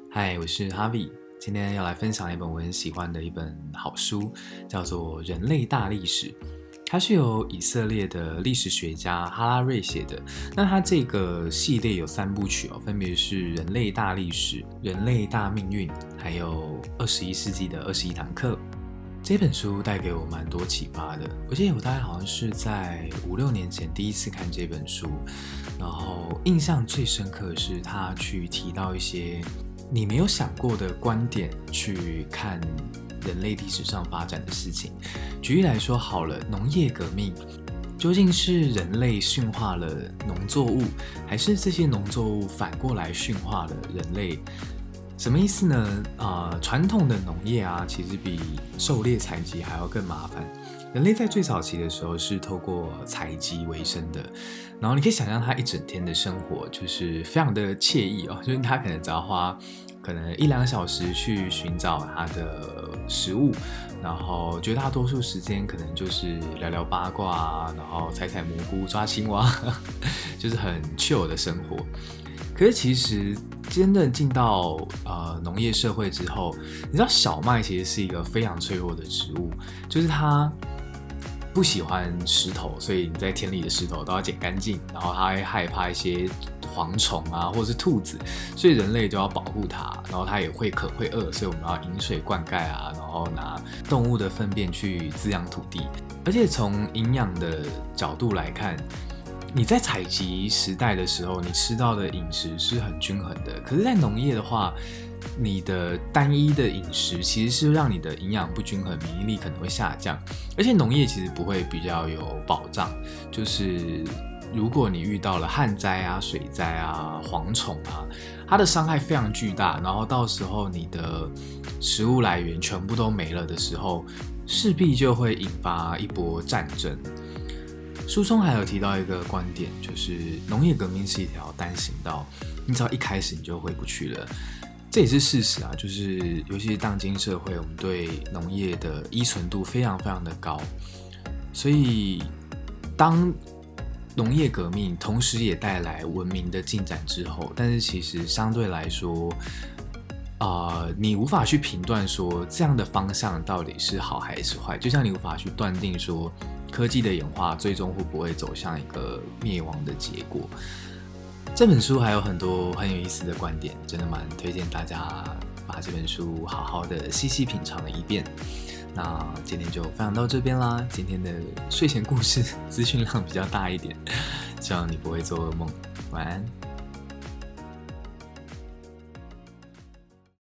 嗨，我是哈维，今天要来分享一本我很喜欢的一本好书，叫做《人类大历史》。它是由以色列的历史学家哈拉瑞写的。那它这个系列有3部曲分别是《人类大历史》、《人类大命运》，还有21世纪的21堂课。这本书带给我蛮多启发的。我记得我大概好像是在5-6年前第一次看这本书，然后印象最深刻的是他去提到一些你没有想过的观点去看人类历史上发展的事情。举例来说好了，农业革命究竟是人类驯化了农作物，还是这些农作物反过来驯化了人类？什么意思呢？传统的农业其实比狩猎采集还要更麻烦。人类在最早期的时候是透过采集为生的，然后你可以想象他一整天的生活就是非常的惬意就是他可能只要花1-2小时去寻找他的食物，然后绝大多数时间可能就是聊聊八卦然后采蘑菇、抓青蛙就是很 chill 的生活。可是其实真正进到农业社会之后，你知道小麦其实是一个非常脆弱的植物，就是它不喜欢石头，所以你在田里的石头都要捡干净，然后它会害怕一些蝗虫或者是兔子，所以人类就要保护它，然后它也会渴会饿，所以我们要饮水灌溉然后拿动物的粪便去滋养土地。而且从营养的角度来看，你在采集时代的时候，你吃到的饮食是很均衡的。可是在农业的话，你的单一的饮食其实是让你的营养不均衡，免疫力可能会下降。而且农业其实不会比较有保障，就是如果你遇到了旱灾水灾蝗虫它的伤害非常巨大，然后到时候你的食物来源全部都没了的时候，势必就会引发一波战争。书中还有提到一个观点，就是农业革命是一条单行道，你只要一开始你就回不去了。这也是事实就是尤其是当今社会，我们对农业的依存度非常非常的高，所以当农业革命同时也带来文明的进展之后，但是其实相对来说你无法去评断说这样的方向到底是好还是坏，就像你无法去断定说科技的演化最终会不会走向一个灭亡的结果。这本书还有很多很有意思的观点，真的蛮推荐大家把这本书好好的细细品尝了一遍。那今天就分享到这边啦，今天的睡前故事资讯量比较大一点，希望你不会做噩梦，晚安。